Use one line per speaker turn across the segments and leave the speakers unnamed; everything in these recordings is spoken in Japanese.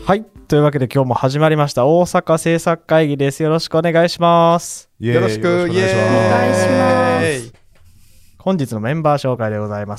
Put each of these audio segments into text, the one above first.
はい。というわけで今日も始まりました大阪制作会議です。よろしくお願いします。
よろしくお願いし
ます。
本日のメンバー紹介でございます。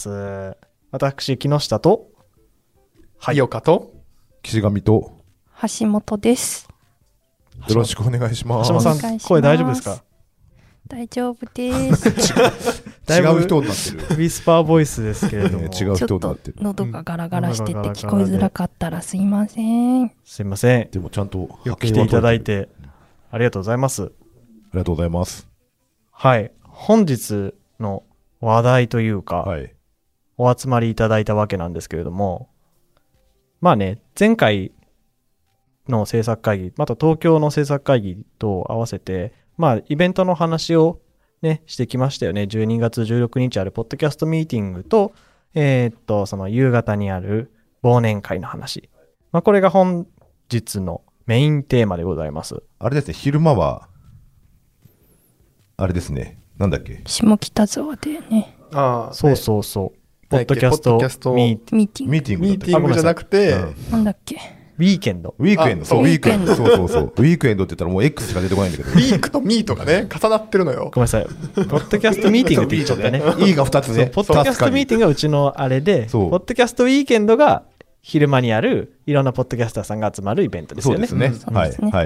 私、木下と、
井岡と、
岸上と、
橋本です。
よろしくお願いします。
橋本さん、声大丈夫ですか？
大丈夫です。
違う人になってる。
ウィスパーボイスですけれども、
違う人になってる。
喉がガラガラしてて聞こえづらかったらすいません。
すいません。
でもちゃんと
来ていただいてありがとうございます。
ありがとうございます。
はい。本日の話題というか、
はい、
お集まりいただいたわけなんですけれども、まあね、前回の制作会議、また東京の制作会議と合わせて、まあイベントの話をね、してきましたよね。12月16日あるポッドキャストミーティングと、その夕方にある忘年会の話。まあこれが本日のメインテーマでございます。
あれですね、昼間は、あれですね、なんだっけ？
下北沢でね。
ああ、
そうそうそう。ポッドキャストミーティ
ングじゃなくて、
なんだっけ？
ウィーケンド。
ウィークエンド。そう、ウィークエンド。そう。ウィークエンドって言ったらもう X しか出てこないんだけど。
ウィークとミートがね、重なってるのよ。
ごめんなさい。ポッドキャストミーティングって言っちゃったね。
E が2つね。
ポッドキャストミーティングがうちのあれで、ポッドキャストウィーケンドが昼間にあるいろんなポッドキャスターさんが集まるイベントですよね。
そうですね。はい。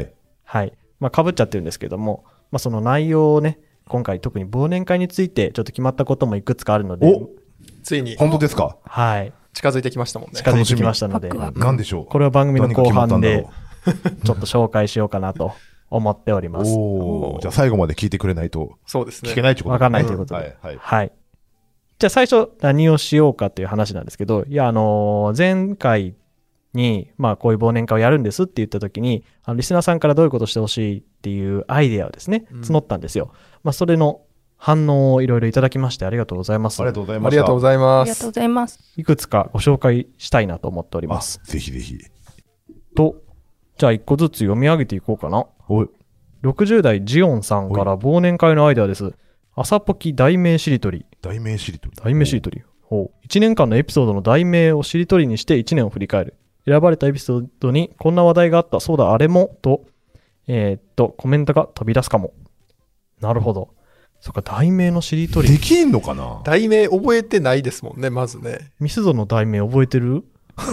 はい。まあ被っちゃってるんですけども、まあその内容をね、今回特に忘年会についてちょっと決まったこともいくつかあるので。
ついに。
本当ですか？
はい。
近づいてきましたもんね。
近づいてきましたので。
何でしょう？
これは番組の後半でちょっと紹介しようかなと思っております。
じゃあ最後まで聞いてくれないと。
そうですね。
聞けないってこと
わかんないということで。はい。じゃあ最初何をしようかという話なんですけど、いや、前回に、まあこういう忘年会をやるんですって言った時に、リスナーさんからどういうことをしてほしいっていうアイデアをですね、募ったんですよ。まあそれの反応をいろいろいただきましてありがとうございます。
ありがとうございます。
ありがとうございます。
ありがとうございます。
いくつかご紹介したいなと思っております。
ぜひぜひ。
と、じゃあ一個ずつ読み上げていこうかな。60代ジオンさんから忘年会のアイデアです。朝ポキ題名しりとり。
題名しりとり。
題名しりとり。1年間のエピソードの題名をしりとりにして1年を振り返る。選ばれたエピソードにこんな話題があった。そうだ、あれも。と、コメントが飛び出すかも。なるほど。そっか、題名のしりとり。
できんのかな？
題名覚えてないですもんね、まずね。
ミスドの題名覚えてる？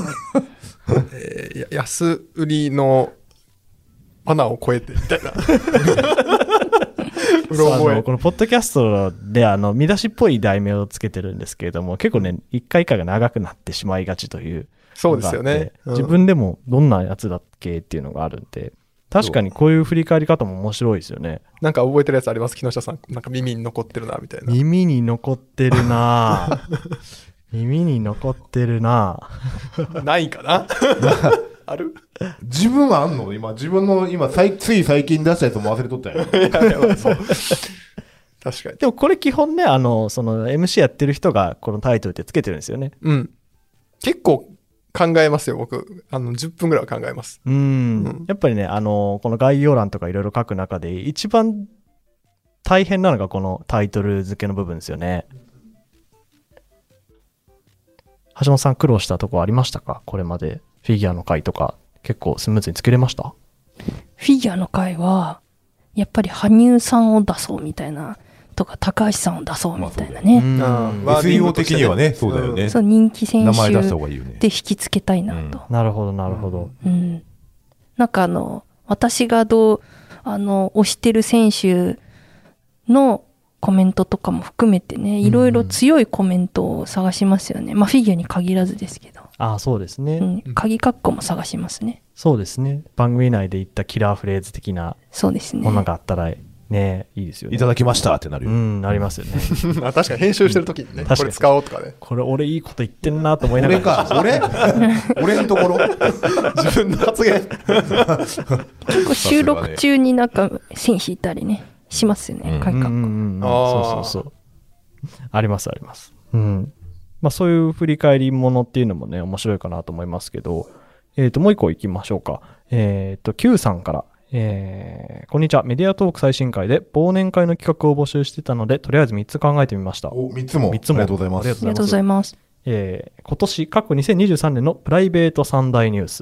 安売りの穴を越えてみたいな。
このポッドキャストで見出しっぽい題名をつけてるんですけれども、結構ね、一回一回が長くなってしまいがちという。
そうですよね。
自分でもどんなやつだっけっていうのがあるんで、確かにこういう振り返り方も面白いですよね。
なんか覚えてるやつあります？木下さん。なんか耳に残ってるな、みたいな。
耳に残ってるな耳に残ってるな
ないかなある？
自分はあんの？自分のつい最近出したやつも忘れとったよ。
そう確かに。
でもこれ基本ね、その MC やってる人がこのタイトルってつけてるんですよね。
うん。結構考えますよ、僕。10分ぐらいは考えます。
やっぱりね、この概要欄とかいろいろ書く中で、一番大変なのがこのタイトル付けの部分ですよね。橋本さん苦労したとこありましたか？これまでフィギュアの回とか結構スムーズに作れました？
フィギュアの回は、やっぱり羽生さんを出そうみたいな、とか高橋さんを出そうみたいなね。
SEO 的にはね、そうだよね。
そう、人気選手
名前出した方がいいよね。
で引きつけたいなと。
なるほど、なるほど。
なんか私が推してる選手のコメントとかも含めてね、いろいろ強いコメントを探しますよね。まあフィギュアに限らずですけど。
ああ、そうですね。
鍵括弧も探しますね。
そうですね。番組内で言ったキラーフレーズ的なものがあったらね、いいですよね。
いただきましたってなるよ。
なりますよね。
確かに編集してる時にね、これ使おうとかね。
これ俺いいこと言ってんなと思いながら。
俺のところ
自分の発言。
結構収録中になんか線引いたりね、しますよね、鍵括
弧。そう。ありますあります。まあそういう振り返りものっていうのもね、面白いかなと思いますけど、もう一個行きましょうか。Q さんから。こんにちは。メディアトーク最新回で忘年会の企画を募集してたので、とりあえず3つ考えてみました。
3つも。ありがとうございます。
ありがとうございます。
今年、過去2023年のプライベート3大ニュース。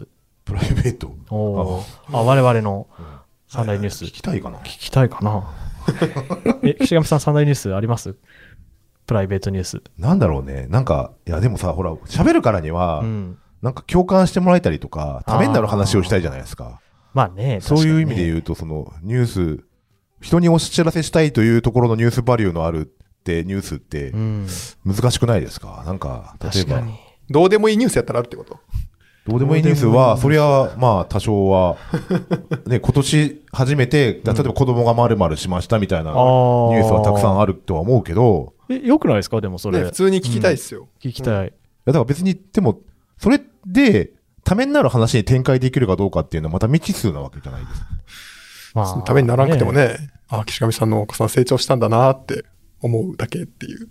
プライベート。
おー我々の三大ニュース。
聞きたいかな。
聞きたいかな岸上さん三大ニュースあります？プライベートニュース。
なんだろうね。なんか、いやでもさ、ほら、喋るからには、なんか共感してもらえたりとか、ためになる話をしたいじゃないですか。
まあね、
そういう意味で言うと、そのニュース、人にお知らせしたいというところのニュースバリューのあるってニュースって難しくないですか？なんか、例えば。
どうでもいいニュースやったらあるってこと？
どうでもいいニュースは、そりゃ、まあ、多少は、ね、今年初めて、例えば子供が〇〇しましたみたいなニュースはたくさんあるとは思うけど。
よくないですか？でもそれ。
ね、普通に聞きたいですよ。
聞きたい。
だから別に、でも、それで、ためになる話に展開できるかどうかっていうのはまた未知数なわけじゃないですか。
まあ、ためにならなくてもね、岸上さんのお子さん成長したんだなって思うだけっていう。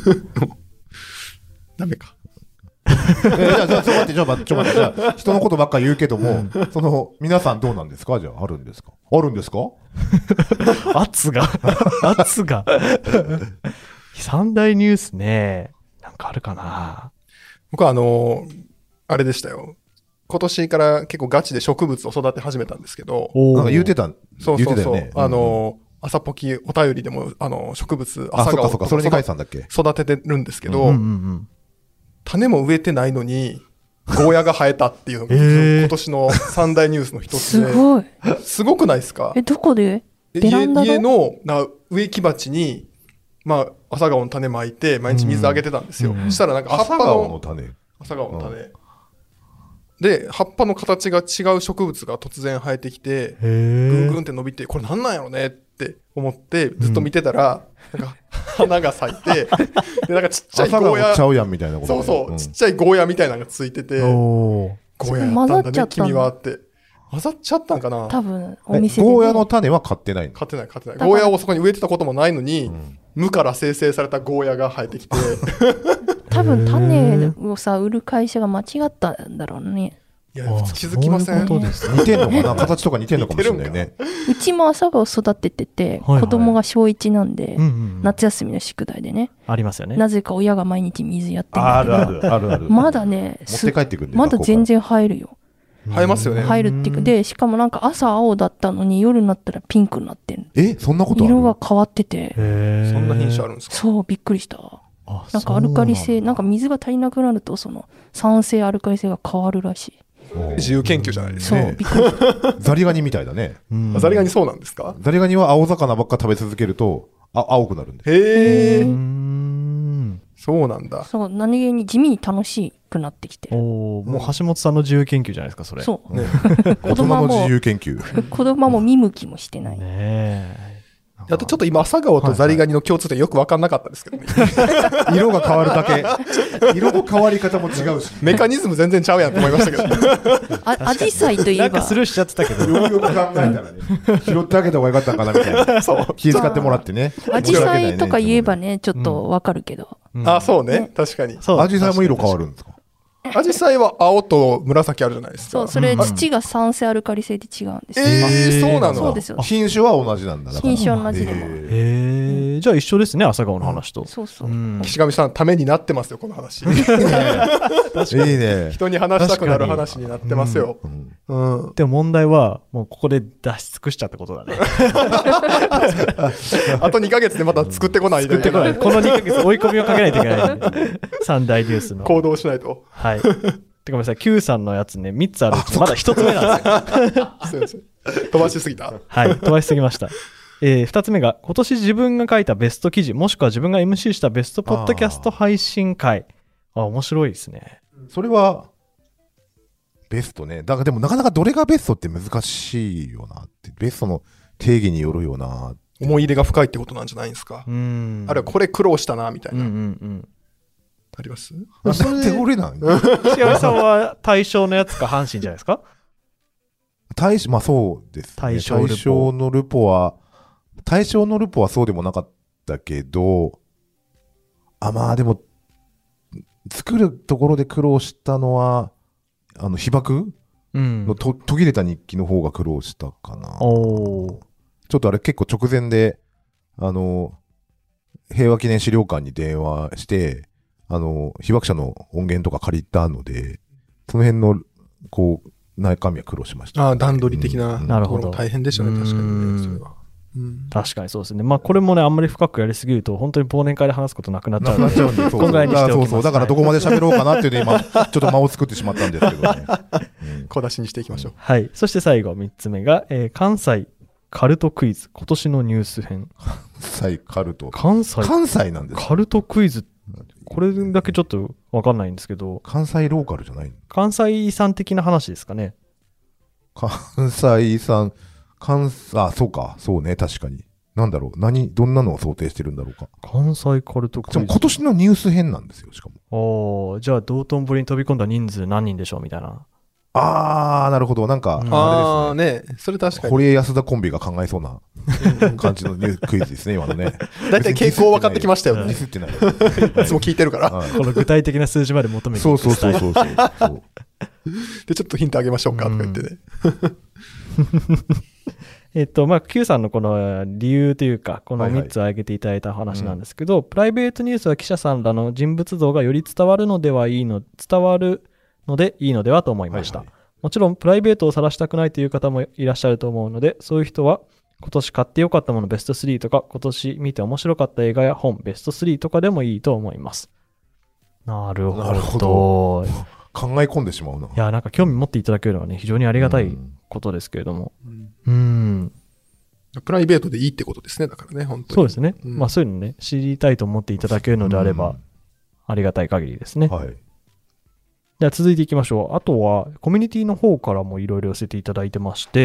ダメか。
じゃあ、ちょっと待って、じゃあ、人のことばっかり言うけども、皆さんどうなんですか？じゃあ、あるんですか？
圧が。三大ニュースね。なんかあるかな。
僕はあれでしたよ。今年から結構ガチで植物を育て始めたんですけど。
なんか言ってた。
そうそうそう。朝ポキお便りでも、植物、朝顔を
それに書いてたんだっけ？
育ててるんですけど、種も植えてないのに、ゴーヤが生えたっていうのが、今年の三大ニュースの一つで。
すごい。
すごくないですか？
どこで？ベランダ
家の植木鉢に、まあ、朝顔の種まいて、毎日水あげてたんですよ。そしたらなんか葉っぱの。朝顔の種。で、葉っぱの形が違う植物が突然生えてきて、ぐんぐんって伸びて、これなんなんやろねって思って、ずっと見てたら、なんか、花が咲いて、で、なんかちっちゃいゴーヤ。
ちゃうやんみたいなこと。
そうそう、ちっちゃいゴーヤみたいなのがついてて、ゴーヤやったんだね、君はって。混ざっちゃったんかな？
多分、お店で。
ゴーヤの種は買ってないの？
買ってない。ゴーヤをそこに植えてたこともないのに、無から生成されたゴーヤが生えてきて。
多分種をさ、売る会社が間違ったんだろうね。
いや、気づきません？
似てんのかな？形とか似てんのかもしれないね。
うちも朝顔育ててて、子供が小1なんで、夏休みの宿題でね。
ありますよね。
なぜか親が毎日水やってるんだけど。
ある。
まだね、
持って帰ってくるんだよ。
まだ全然生えるよ。
生えますよね。
生えるっていうか、で、しかもなんか朝青だったのに夜になったらピンクになってる。
そんなことある？
色が変わってて。
そんな品種あるんですか？
そう、びっくりした。なんかアルカリ性、なんか水が足りなくなると、酸性アルカリ性が変わるらしい。
自由研究じゃないですか。
そう、びっくりした。
ザリガニみたいだね。
ザリガニそうなんですか？
ザリガニは青魚ばっか食べ続けると、青くなるんです。
へー。そうなんだ。
そう、何気に地味に楽しくなってきてる。
もう橋本さんの自由研究じゃないですか、それ。
そう。
大人の自由研究。
子供も見向きもしてない。
あとちょっと今朝顔とザリガニの共通点よく分かんなかったですけどね。
色が変わるだけ。色の変わり方も違うし。
メカニズム全然ちゃうやんと思いましたけど。
アジサイといえば。
なんかスルーしちゃってたけど。
よくよく考えたらね。拾ってあげた方がよかったんかなみたいな。気遣ってもらってね。
アジサイとか言えばね、ちょっと分かるけど。
そうね。確かに。
アジサイも色変わるんですか？
アジサイは青と紫あるじゃないですか。
そう、それ土が酸性アルカリ性で違うんです
よ。そうなの？
そうですよ。
品種は同じなんだ。
品種は同じでも。
じゃあ一緒ですね、朝顔の話と。
そうそう。
岸上さん、ためになってますよ、この話。いい
ね。
人に話したくなる話になってますよ。
でも問題は、もうここで出し尽くしちゃったことだね。
あと2ヶ月でまた作ってこないで。
この2ヶ月追い込みをかけないといけない。三大ニュースの。
行動しないと。
はい。てごめんなさい、Q さんのやつね、3つあるうちまだ1つ目なんですよ。
飛ばしすぎた？
はい、飛ばしすぎました。2つ目が、今年自分が書いたベスト記事、もしくは自分が MC したベストポッドキャスト配信会。面白いですね。
それは、ベストね。だからでもなかなかどれがベストって難しいよなって。ベストの定義によるよな。
思い入れが深いってことなんじゃないんですか？あるいはこれ苦労したな、みたいな。あります？
なんで俺なん？
岸上さんは大正のやつか阪神じゃないですか？
まあそうですね。大正のルポはそうでもなかったけど、まあでも、作るところで苦労したのは、被爆の途切れた日記の方が苦労したかな。ちょっとあれ結構直前で、平和記念資料館に電話して、被爆者の音源とか借りたので、その辺の、こう、 中身は苦労しました。
段取り的な
なるほど。
ところも大変でしたね、確かにね、それは。
確かにそうですね。まあこれもね、あんまり深くやりすぎると本当に忘年会で話すことなくなっちゃうので、今回にしておきます。
そうだからどこまで喋ろうかなっていうね、今ちょっと間を作ってしまったんですけどね。
小出しにしていきましょう。
はい。そして最後3つ目が、関西カルトクイズ今年のニュース編。
関西カルト。
関西
なんですか。
カルトクイズ。これだけちょっと分かんないんですけど。
関西ローカルじゃないの？
関西遺産的な話ですかね。
関西遺産。そうか。そうね。確かに。なんだろう。どんなのを想定してるんだろうか。
関西カルトクイズ。
でも今年のニュース編なんですよ、しか
も。じゃあ道頓堀に飛び込んだ人数何人でしょうみたいな。
なるほど。なんか、
あれですね。それ確かに。
堀江安田コンビが考えそうな感じのクイズですね、今のね。
だいたい傾向分かってきましたよね。
ディスってない。い
つも聞いてるから。
この具体的な数字まで求めていく。
そう。
で、ちょっとヒントあげましょうか、とか言ってね。
まあ、Q さんのこの理由というか、この3つを挙げていただいた話なんですけど、プライベートニュースは記者さんらの人物像がより伝わるのでいいのではと思いました。もちろん、プライベートを晒したくないという方もいらっしゃると思うので、そういう人は、今年買ってよかったものベスト3とか、今年見て面白かった映画や本ベスト3とかでもいいと思います。なるほど。
考え込んでしまうな。
いや、なんか興味持っていただけるのはね、非常にありがたいことですけれども。
プライベートでいいってことですね、だからね、本当に。
そうですね。まあそういうのね、知りたいと思っていただけるのであれば、ありがたい限りですね。
はい。
では続いていきましょう。あとは、コミュニティの方からもいろいろ寄せていただいてまして、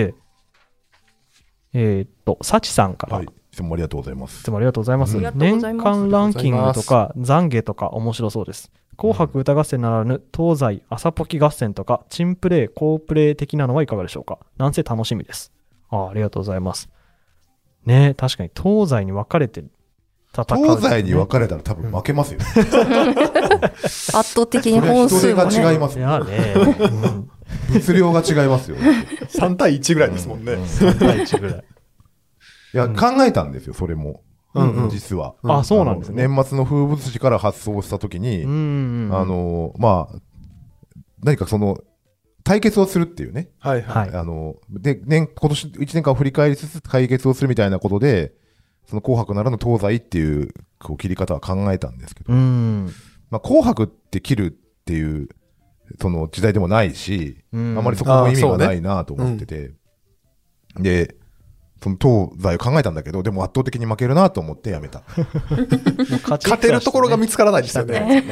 サチさんから。はい。
いつもありがとうございます。
いつもありがとうございます。年間ランキングとか、懺悔とか面白そうです。紅白歌合戦ならぬ東西朝ポキ合戦とか、チンプレイ、コープレイ的なのはいかがでしょうか。なんせ楽しみです。ありがとうございます。ね、確かに東西に分かれて戦う、ね。
東西に分かれたら多分負けますよ。
圧倒的に本数もね。
人手が違います。
いやね、
物量が違いますよ。
3対1ぐらいですもんね。
3対1ぐらい。
いや、考えたんですよ、それも。実は。
そうなんですね。
年末の風物詩から発想したときに、まあ、何かその、対決をするっていうね。
はいはい。
で、今年1年間を振り返りつつ対決をするみたいなことで、その紅白ならぬ東西っていうこう切り方は考えたんですけど、まあ、紅白って切るっていうその時代でもないし、あまりそこも意味がないなと思ってて、で、その東西を考えたんだけど、でも圧倒的に負けるなと思ってやめた。
勝てるところが見つからないですよね。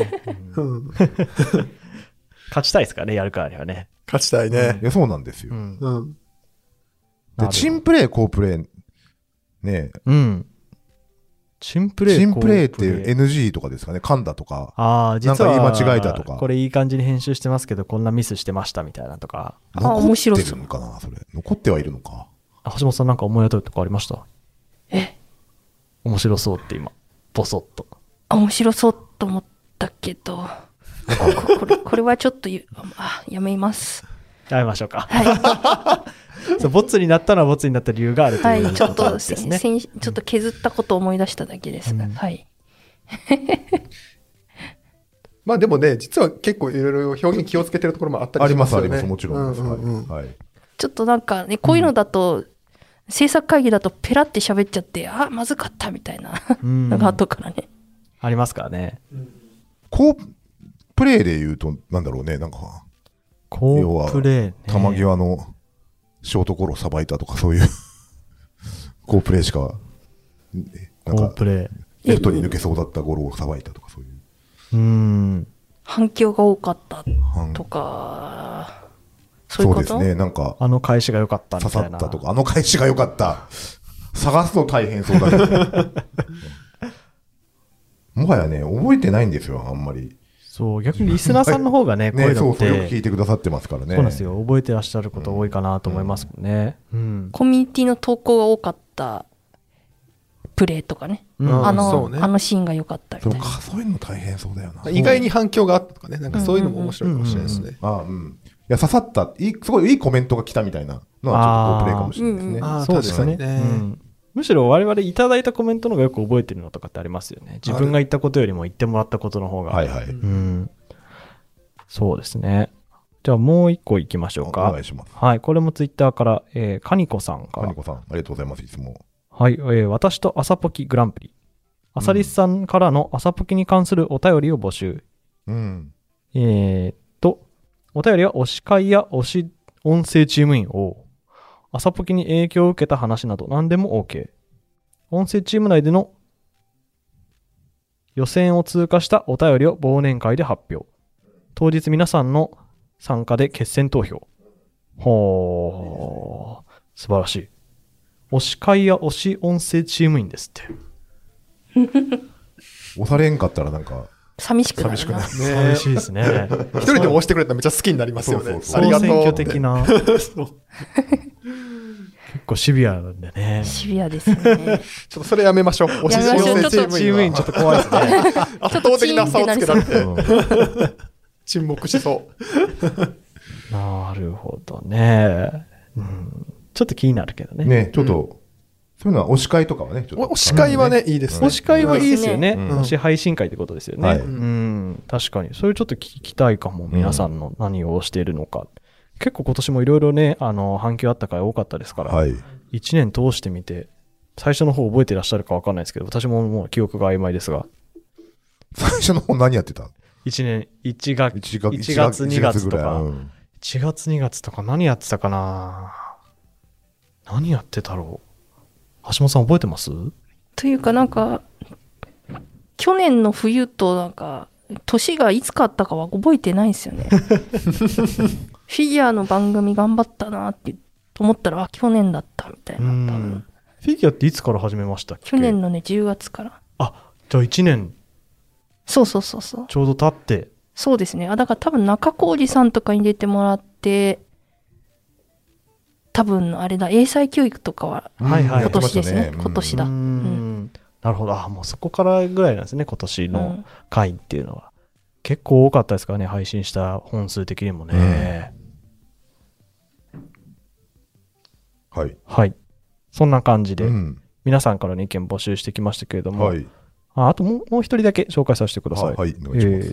勝ちたいですからね、やるからにはね。
勝ちたいね。
いや、そうなんですよ。で、チンプレイ、コープレイ、ね。
チンプレイ
って NG とかですかね、噛んだとか。
実は
なんか言い間違えたとか。
これいい感じに編集してますけど、こんなミスしてましたみたいなとか。
面白い。残ってるのかな、それ。残ってはいるのか。
橋本さんなんか思い当たるとかありました？面白そうって今、ボソッと。
面白そうと思ったけど、これはちょっとやめます。
やめましょうか。はい。ボツになったのはボツになった理由があるということですね。
ちょっと削ったことを思い出しただけですが、はい。
まあでもね、実は結構いろいろ表現気をつけてるところもあったりしますよね。
あります、もちろん。
ちょっとなんかね、こういうのだと、制作会議だとペラって喋っちゃって、まずかったみたいなのが後からね。
ありますからね。
こう、プレイで言うと、なんだろうね、なんか、
コープレイ、ね、
玉際のショートゴロさばいたとか、そういうコープレイしか、なんか、レフトに抜けそうだったゴロをさばいたとか、そういう。
反響が多かったとか、そういうこと？
そうですね、なんか、
あの返しが良かったみたいな。
刺さったとか、あの返しが良かった。探すの大変そうだけど。もはやね、覚えてないんですよ、あんまり。
そう、逆にリスナーさんの方がね、こういうのって。
そう、よく聞いてくださってますからね。
そうなんですよ。覚えてらっしゃること多いかなと思いますもんね。
コミュニティの投稿が多かったプレイとかね。あのシーンが良かったみたいな。
そういうの大変そうだよな。
意外に反響があったとかね、なんかそういうのも面白いかもしれないですね。
いや、刺さった、すごいいいコメントが来たみたいなのはちょっとプレイかもしれないですね。
そうですね。むしろ我々いただいたコメントの方がよく覚えてるのとかってありますよね。自分が言ったことよりも言ってもらったことの方が。
はいはい。
そうですね。 じゃあもう一個いきましょうか。
お願いします。
はい。これもツイッターから、カニコさんから。
カニコさん、ありがとうございます、いつも。
はい。私と朝ポキグランプリ。朝リスさんからの朝ポキに関するお便りを募集。
うん。
お便りは推し会や推し音声チーム員を、朝ポキに影響を受けた話など何でも OK。音声チーム内での予選を通過したお便りを忘年会で発表。当日皆さんの参加で決選投票。ほー、素晴らしい。推し会や推し音声チーム員ですって。
押されんかったらなんか、
寂しくなるな。
寂しいですね。
一人でも押してくれたらめっちゃ好きになりますよね。
ありがとう。選挙的な。
結
構シビアなんでね。
シビアですね。
ちょっとそれやめましょう。
やめましょう。
チーム員ちょっと怖いですね。
圧倒的な差をつけられて、沈黙しそう。
なるほどね。ちょっと気になるけどね。
ね、ちょっと、そういうのは推し会とかはね、ちょっと。
推し会はね、いいですね。
推し会はいいですよね。
うん
推し配信会ってことですよね。
はい
確かに。それちょっと聞きたいかも。皆さんの何をしているのか。結構今年もいろいろね、反響あった回多かったですから、
はい。
1年通してみて、最初の方覚えてらっしゃるか分かんないですけど、私ももう記憶が曖昧ですが、
最初の方何やってた
1月、
1
1月2月とか、
うん
1月2月とか何やってたかな。何やってたろう。橋本さん覚えてます？
というかなんか、去年の冬となんか、年がいつかあったかは覚えてないんですよね。フィギュアの番組頑張ったなって思ったら、去年だったみたいな。多分
フィギュアっていつから始めましたっけ？
去年のね、10月から。
あ、じゃあ1年
そう。
ちょうど経って。
そうですね。だから多分中浩二さんとかに出てもらって、多分あれだ、英才教育とかは
はいはい
今年ですね。
やってましたね
今年だ。
なるほど。もうそこからぐらいなんですね、今年の回っていうのは。結構多かったですからね、配信した本数的にもね。
はい。
はい。そんな感じで、
うん
皆さんからの意見募集してきましたけれども、
はい。
あともう一人だけ紹介させてください。
はい、お願いします。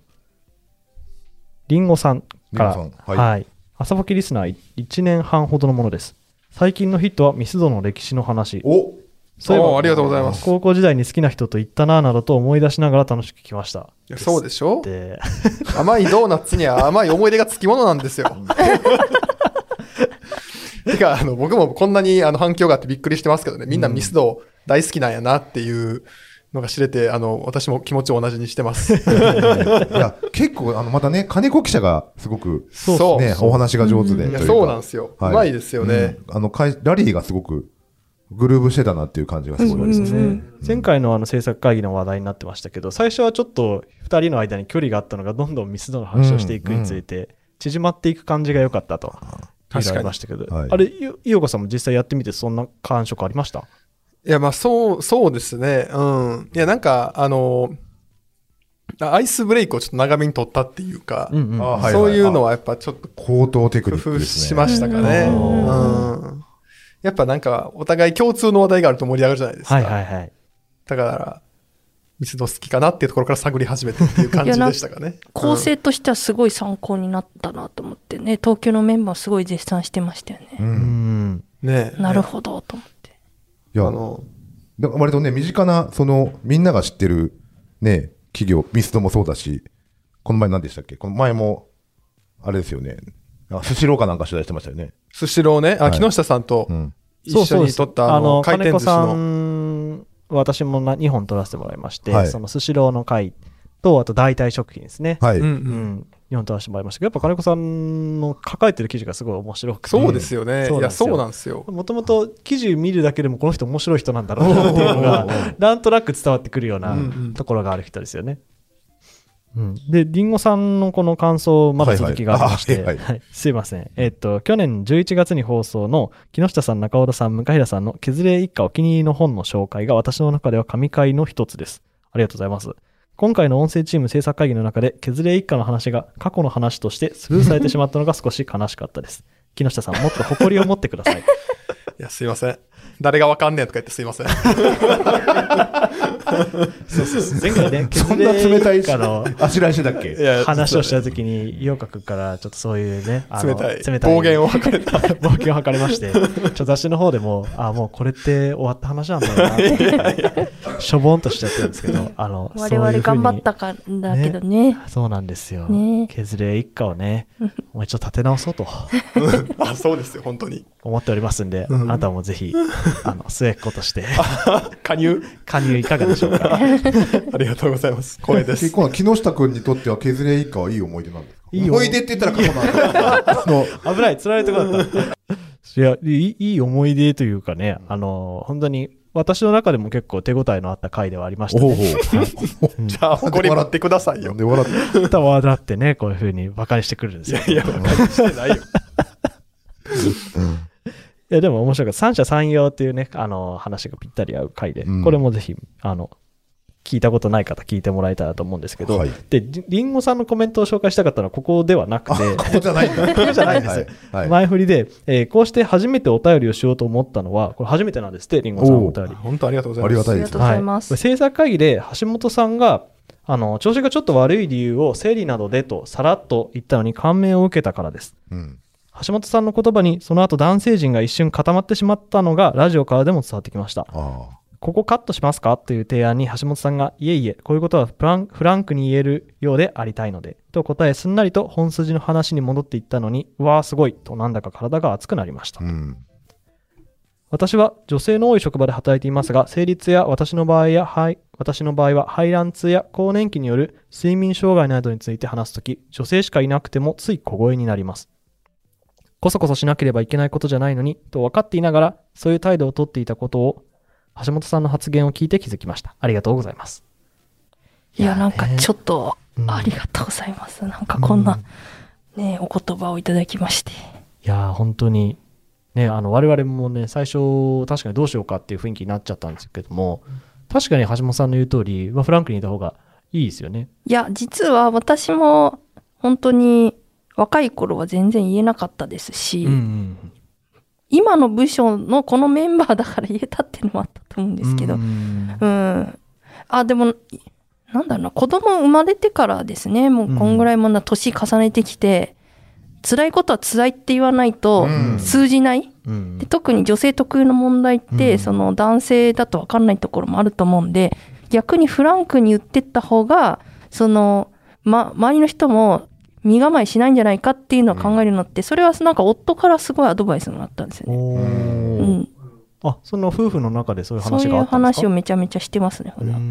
りんごさんから、
りんごさん
はい。朝ポキリスナー1年半ほどのものです。最近のヒットはミスドの歴史の話。
お
そういえば
ありがとうございます。
高校時代に好きな人と行ったなぁなどと思い出しながら楽しく聞きました。
いやそうでしょ
で
甘いドーナツには甘い思い出がつきものなんですよ。てか、僕もこんなに反響があってびっくりしてますけどね、みんなミスド大好きなんやなっていうのが知れて、私も気持ちを同じにしてます。
いや、結構、またね、金子記者がすごく、
そう
ね、お話が上手で。
いや、そうなんですよ。うまいですよね。
ラリーがすごく、グルーブしてたなっていう感じがすごいですね。
前回の制作会議の話題になってましたけど、最初はちょっと2人の間に距離があったのがどんどんミスドの話をしていくにつれて、縮まっていく感じが良かったと言われましたけど、
はい
あれ、井岡さんも実際やってみてそんな感触ありました？
いや、まあ、そうですね。いや、なんか、アイスブレイクをちょっと長めに取ったっていうか、そういうのはやっぱちょっと
高等テクニッ
工夫
クですね。
しましたかね。やっぱなんか、お互い共通の話題があると盛り上がるじゃないですか。
はいはいはい。
だから、ミスド好きかなっていうところから探り始めてっていう感じでしたかね。
構成としてはすごい参考になったなと思ってね、東京のメンバーすごい絶賛してましたよね。
ね
なるほどと思って。
いや、割とね、身近な、みんなが知ってる、ね、企業、ミスドもそうだし、この前何でしたっけ？この前も、あれですよね。スシローかなんか取材してましたよね。
スシローね、木下さんと一緒に撮った回転寿司の。
金子さん、私も2本撮らせてもらいまして、そのスシローの回と、あと代替食品ですね。
はい。
2本撮らせてもらいましたけど、やっぱ金子さんの書かれてる記事がすごい面白くて。
そうですよね。いや、そうなんですよ。
もともと記事見るだけでもこの人面白い人なんだろうなっていうのが、なんとなく伝わってくるようなところがある人ですよね。で、りんごさんのこの感想、まだ続きがありまして、すいません。去年11月に放送の木下さん、中尾田さん、向平さんの削れ一家お気に入りの本の紹介が私の中では神回の一つです。ありがとうございます。今回の音声チーム制作会議の中で、削れ一家の話が過去の話としてスルーされてしまったのが少し悲しかったです。木下さん、もっと誇りを持ってください。
いや、すいません。誰がわかんねえとか言ってすいません。
そうそうそう。前回ね、
そんな冷たい
血の
あしらいしてたっけ
話をしたときに、井岡君からちょっとそういうね、
冷たい暴言を吐かれた。
暴言を吐かれまして、雑誌の方でも、もうこれって終わった話なんだよなって、しょぼんとしちゃってるんですけど、
我々頑張ったからだけどね。
そうなんですよ。
ね、
削れ一家をね、もう一度立て直そうと。
そうですよ、本当に。
思っておりますんで、あなたもぜひ、末っ子として、
加入
いかがでしょうか。
ありがとうございます。光栄です。
結構、木下くんにとっては削れ一家はいい思い出なんですか？思い出って言ったら過去なんだ。
危ない、つらいとこだった。いや、いい思い出というかね、本当に、私の中でも結構手応えのあった回ではありましたね。
じゃあ、誇り持ってくださいよ。
なんで笑って。
笑ってね、こういう風に馬鹿にしてくるんですよ。
いや、馬鹿にしてないよ。
いや、でも面白かった。三者三様っていうね、話がぴったり合う回で、これもぜひ、聞いたことない方聞いてもらえたらと思うんですけど、はい、で、りんごさんのコメントを紹介したかったのはここではなくて、
ここじゃないんだ。
ここじゃないんですよ。はい、前振りで、こうして初めてお便りをしようと思ったのは、これ初めてなんですって、りんごさんのお便り。
本当ありがとうございます。
ありがたいです。
ありがとうございます。
制作会議で橋本さんが、調子がちょっと悪い理由を生理などでとさらっと言ったのに感銘を受けたからです。橋本さんの言葉にその後男性陣が一瞬固まってしまったのがラジオからでも伝わってきました。ここカットしますかという提案に橋本さんがいえいえこういうことはフランクに言えるようでありたいのでと答えすんなりと本筋の話に戻っていったのにうわーすごいとなんだか体が熱くなりました。私は女性の多い職場で働いていますが生理痛や私の場合は排卵痛や更年期による睡眠障害などについて話すとき女性しかいなくてもつい小声になります。こそこそしなければいけないことじゃないのにと分かっていながらそういう態度をとっていたことを橋本さんの発言を聞いて気づきました。ありがとうございます。
いや、なんかちょっとありがとうございます。なんかこんなね、お言葉をいただきまして。
いや、本当にね、我々もね、最初確かにどうしようかっていう雰囲気になっちゃったんですけども、確かに橋本さんの言う通り、フランクにいた方がいいですよね。
いや、実は私も本当に若い頃は全然言えなかったですし、今の部署のこのメンバーだから言えたっていうのもあったと思うんですけど、でもなんだろうな、子供生まれてからですね、もうこんぐらいもな年重ねてきて、辛いことは辛いって言わないと通じない、で特に女性特有の問題って、その男性だと分かんないところもあると思うんで、逆にフランクに言ってった方がその、周りの人も身構えしないんじゃないかっていうのを考えるのって、それはなんか夫からすごいアドバイスもらったんですよね。
その夫婦の中でそういう話があったんですか？そういう
話をめちゃめちゃしてますね。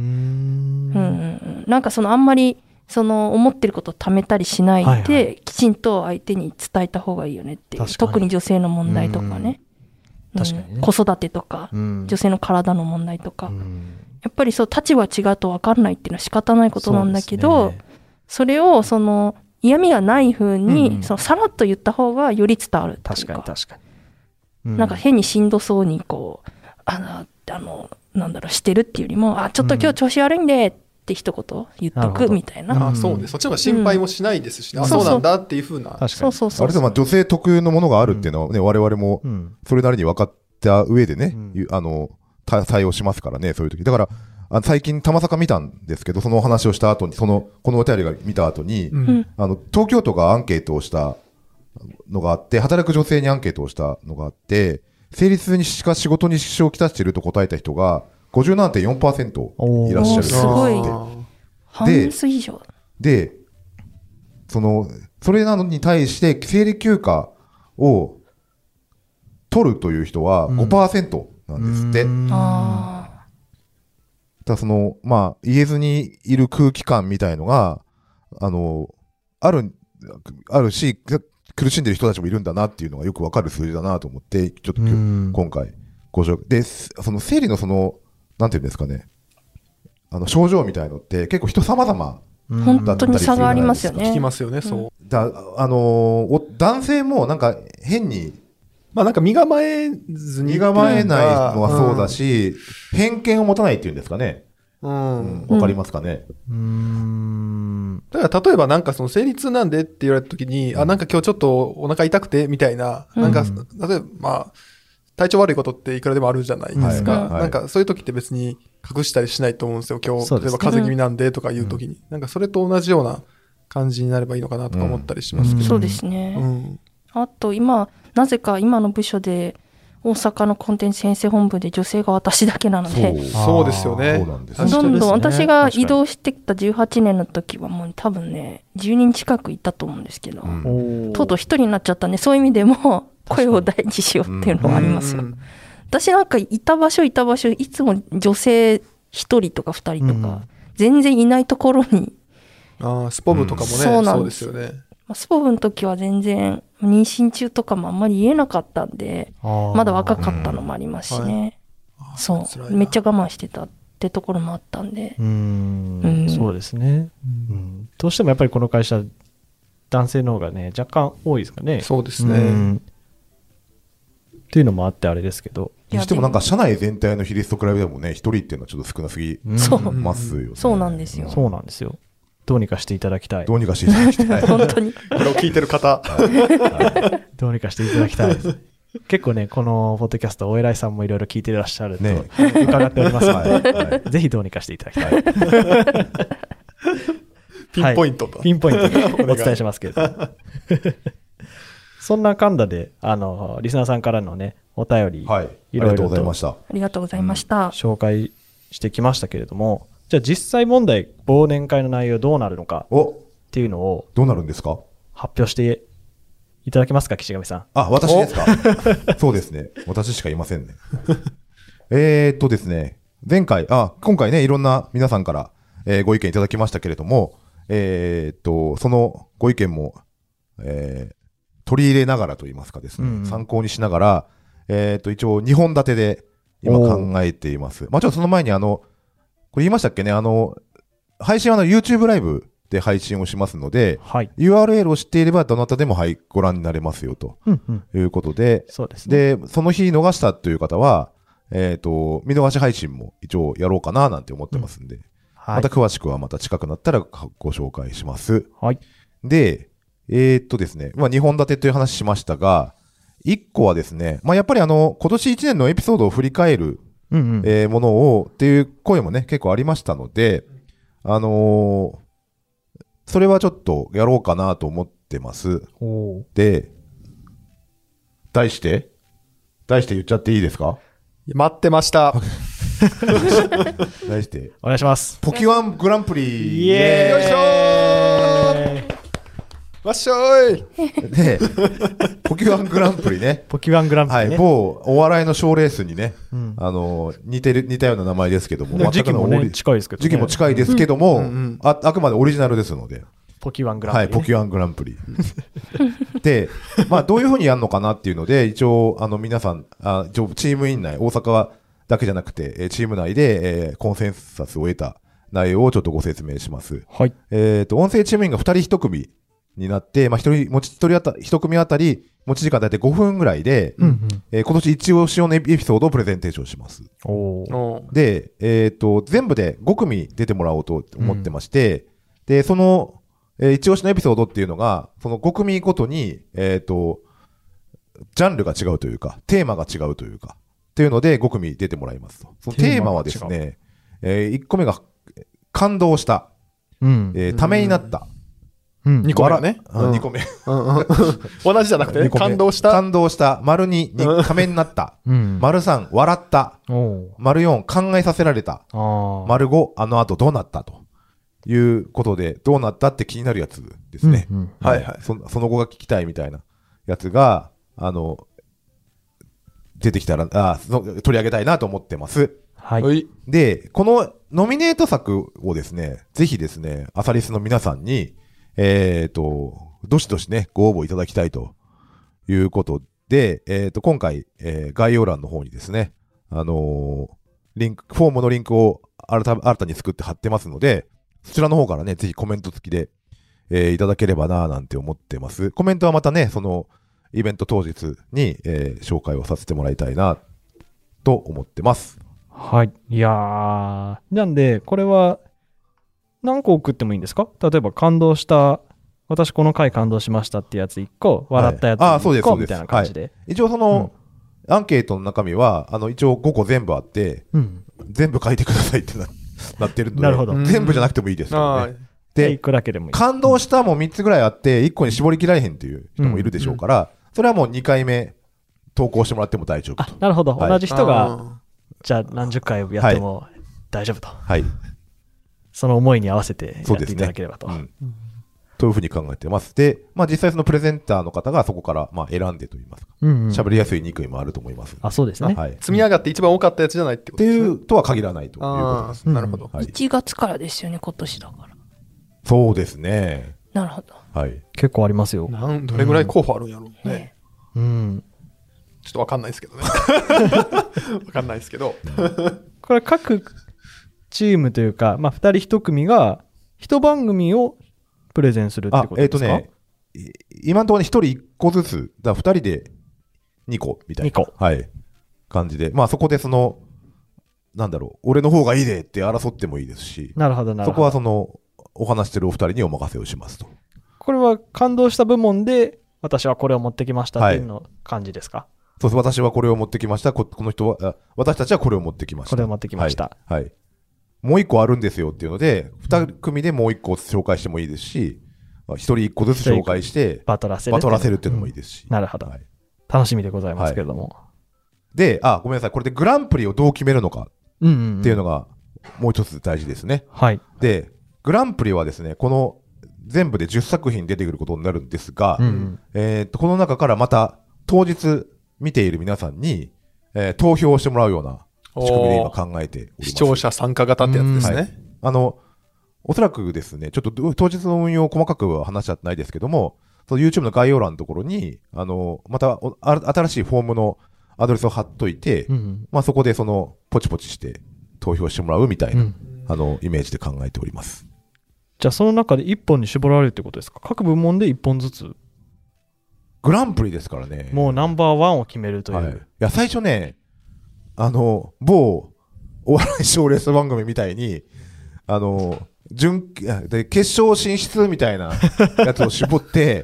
なんかそのあんまりその思ってることをためたりしないで、きちんと相手に伝えた方がいいよねっていう。特に女性の問題とかね。
確かにね。
子育てとか、女性の体の問題とか。やっぱりそう立場違うと分かんないっていうのは仕方ないことなんだけど、それをその嫌味がない風に、そのさらっと言った方がより伝わるっていうか。
確かに。
なんか変にしんどそうにこうなんだろうしてるっていうよりもちょっと今日調子悪いんでって一言言っとくみたいな。
そうね。そっちの方が心配もしないですしね。そうなんだっていう風な。
そう。
あれでも女性特有のものがあるっていうのはね、我々もそれなりに分かった上でね、対応しますからね、そういう時。だから最近たまさか見たんですけど、そのお話をした後にこのお便りが見た後に、東京都がアンケートをしたのがあって、働く女性にアンケートをしたのがあって、生理痛にしか仕事に支障をきたしていると答えた人が 57.4% いらっしゃる。
すごい。半数以上。
で、それなのに対して生理休暇を取るという人は 5% なんですって。だ言えずにいる空気感みたいのが、あるし、苦しんでる人たちもいるんだなっていうのがよくわかる数字だなと思って、ちょっと今回ご紹介。で、その生理のなんていうんですかね、症状みたいのって結構人様々
本当に差がありますよね。
聞きますよね、そう。
男性もなんか変に、
なんか身構えずに。
身構えないのはそうだし、偏見を持たないっていうんですかね。わかりますかね。
だから例えばなんかその生理痛なんでって言われた時に、なんか今日ちょっとお腹痛くてみたいな、なんか例えば体調悪いことっていくらでもあるじゃないですか。
はい
なんかそういう時って別に隠したりしないと思うんですよ。今日、
そうですね
例えば風邪気味なんでとかいう時に。なんかそれと同じような感じになればいいのかなとか思ったりしますけど。
そうですね。
うん
あと今、なぜか今の部署で、大阪のコンテンツ編成本部で女性が私だけなので、
そうですよね。
そうなんです
確かに
どんどん私が
確かに
移動してきた18年の時はもう多分ね、10人近くいたと思うんですけど、
うん
とうとう一人になっちゃったんで、そういう意味でも声を大事にしようっていうのはありますよ。
うん
私なんかいた場所いつも女性一人とか二人とか、
うん
全然いないところに、
スポブとかもね、そうですよね。
スポブの時は全然妊娠中とかもあんまり言えなかったんで、まだ若かったのもありますしね。そう。めっちゃ我慢してたってところもあったんで。
そうですね、どうしてもやっぱりこの会社、男性の方がね、若干多いですかね。
そうですね。
っていうのもあってあれですけど。
にしてもなんか社内全体の比率と比べてもね、一人っていうのはちょっと少なすぎますよね。
そうなんですよ。
そうなんですよ。どうにかしていただきたい。
どうにかしていただきたい。
本当に。
これを聞いてる方。
どうにかしていただきたいです。結構ね、このポッドキャスト、お偉いさんもいろいろ聞いていらっしゃると伺っておりますので、ぜひどうにかしていただきたい。
ピンポイントと。
ピンポイントでお伝えしますけれども。そんなかんだで、リスナーさんからのね、お便り、
ありがとうございました。
ありがとうございました。
紹介してきましたけれども、じゃあ実際問題、忘年会の内容どうなるのかっていうのを、
どうなるんですか？
発表していただけますか、岸上さん。
私ですか？そうですね。私しかいませんね。ですね、今回ね、いろんな皆さんから、ご意見いただきましたけれども、そのご意見も、取り入れながらといいますかですね、参考にしながら、一応2本立てで今考えています。ちょっとその前にこれ言いましたっけね、配信はYouTube ライブで配信をしますので、URL を知っていればどなたでもご覧になれますよということで、
そうですね。
で、その日逃したという方は、見逃し配信も一応やろうかななんて思ってますんで、また詳しくはまた近くなったらご紹介します。で、ですね、2本立てという話しましたが、1個はですね、やっぱり今年1年のエピソードを振り返る、ものをっていう声もね、結構ありましたので、それはちょっとやろうかなと思ってます。で、題して言っちゃっていいですか？
待ってました。
題して。
お願いします。
ポキワングランプリ。
イエーイ。
よいしょー。わっしょーい。
で、ポキワングランプリね。
ポキワングランプリね。
某お笑いの賞レースにね、似たような名前ですけども、
時期もね、近いですけどね。
時期も近いですけども、あくまでオリジナルですので。
ポキワングランプリ、
ポキワングランプリ。で、どういうふうにやるのかなっていうので、一応、皆さん、チーム員内、大阪だけじゃなくて、チーム内で、コンセンサスを得た内容をちょっとご説明します。音声チーム員が2人1組になって、1組あたり、持ち時間だいたい5分ぐらいで、今年一押しのエピソードをプレゼンテーションします。で、全部で5組出てもらおうと思ってまして、で、その、一押しのエピソードっていうのが、その5組ごとに、ジャンルが違うというか、テーマが違うというか、っていうので5組出てもらいますと。そのテーマはですね、1個目が感動した、ためになった、
2個目ね。
2個目。
同じじゃなくて、感動した、
丸2、ためになった、丸3、笑った、丸4、考えさせられた、丸5、あの後どうなったと。いうことで、どうなったって気になるやつですね。その後が聞きたいみたいなやつが、出てきたら、取り上げたいなと思ってます。で、このノミネート作をですね、ぜひですね、アサリスの皆さんに、どしどしね、ご応募いただきたいということで、今回、概要欄の方にですね、フォームのリンクを新たに作って貼ってますので、そちらの方からね、ぜひコメント付きで、いただければなぁなんて思ってます。コメントはまたね、そのイベント当日に、紹介をさせてもらいたいなと思ってます。
いやー、なんで、これは何個送ってもいいんですか？例えば感動した、私この回感動しましたってやつ1個、笑ったやつ1個みたいな感じで。
一応その、 アンケートの中身は、一応5個全部あって、全部書いてくださいってなってるので、
なるほど。
全部じゃなくてもいいですけどね。で、
1個だけでもいい。
感動したも3つぐらいあって、1個に絞り切られへんっていう人もいるでしょうから、それはもう2回目投稿してもらっても大丈夫と。
なるほど。同じ人が、じゃあ何十回やっても大丈夫と。
はい。
その思いに合わせてやっていただければと。
というふうに考えてます。で、実際そのプレゼンターの方がそこから選んでといいますか、喋りやすいにくいもあると思います。
そうですね。
積み上がって一番多かったやつじゃないってことですね。
っていうとは限らないということです。
なるほど。
1月からですよね、今年だから。
そうですね。
なるほど。
はい。
結構ありますよ。
どれぐらい候補あるんやろうね。
ちょ
っとわかんないですけどね。わかんないですけど。
これ各チームというか、2人1組が1番組をプレゼンするってことですか？
今のところ1人1個ずつ、だから2人で2個みたいな。
2個。
はい。感じで。そこで俺の方がいいでって争ってもいいですし。
なるほど、なるほど。
そこはお話してるお二人にお任せをしますと。
これは感動した部門で、私はこれを持ってきましたっていうの感じですか？
そうです。私はこれを持ってきました。この人は、私たちはこれを持ってきました。
これを持ってきました。
はい。もう一個あるんですよっていうので、二組でもう一個紹介してもいいですし、一人一個ずつ紹介して、
バトらせ
るっていうのもいいですし。
なるほど。楽しみでございますけれども。
で、ごめんなさい。これでグランプリをどう決めるのかっていうのが、もう一つ大事ですね。
はい。
で、グランプリはですね、この全部で10作品出てくることになるんですが、この中からまた当日見ている皆さんに、投票してもらうような仕組みで今考えております。
視聴者参加型ってやつですね。
おそらくですね、ちょっと当日の運用を細かくは話しちゃってないですけども、その YouTube の概要欄のところに、また新しいフォームのアドレスを貼っといて、そこでポチポチして投票してもらうみたいな、イメージで考えております。
じゃあその中で1本に絞られるってことですか？各部門で1本ずつ？
グランプリですからね。
もうナンバーワンを決めるという。
いや、最初ね、某お笑い賞レース番組みたいに、決勝進出みたいなやつを絞って、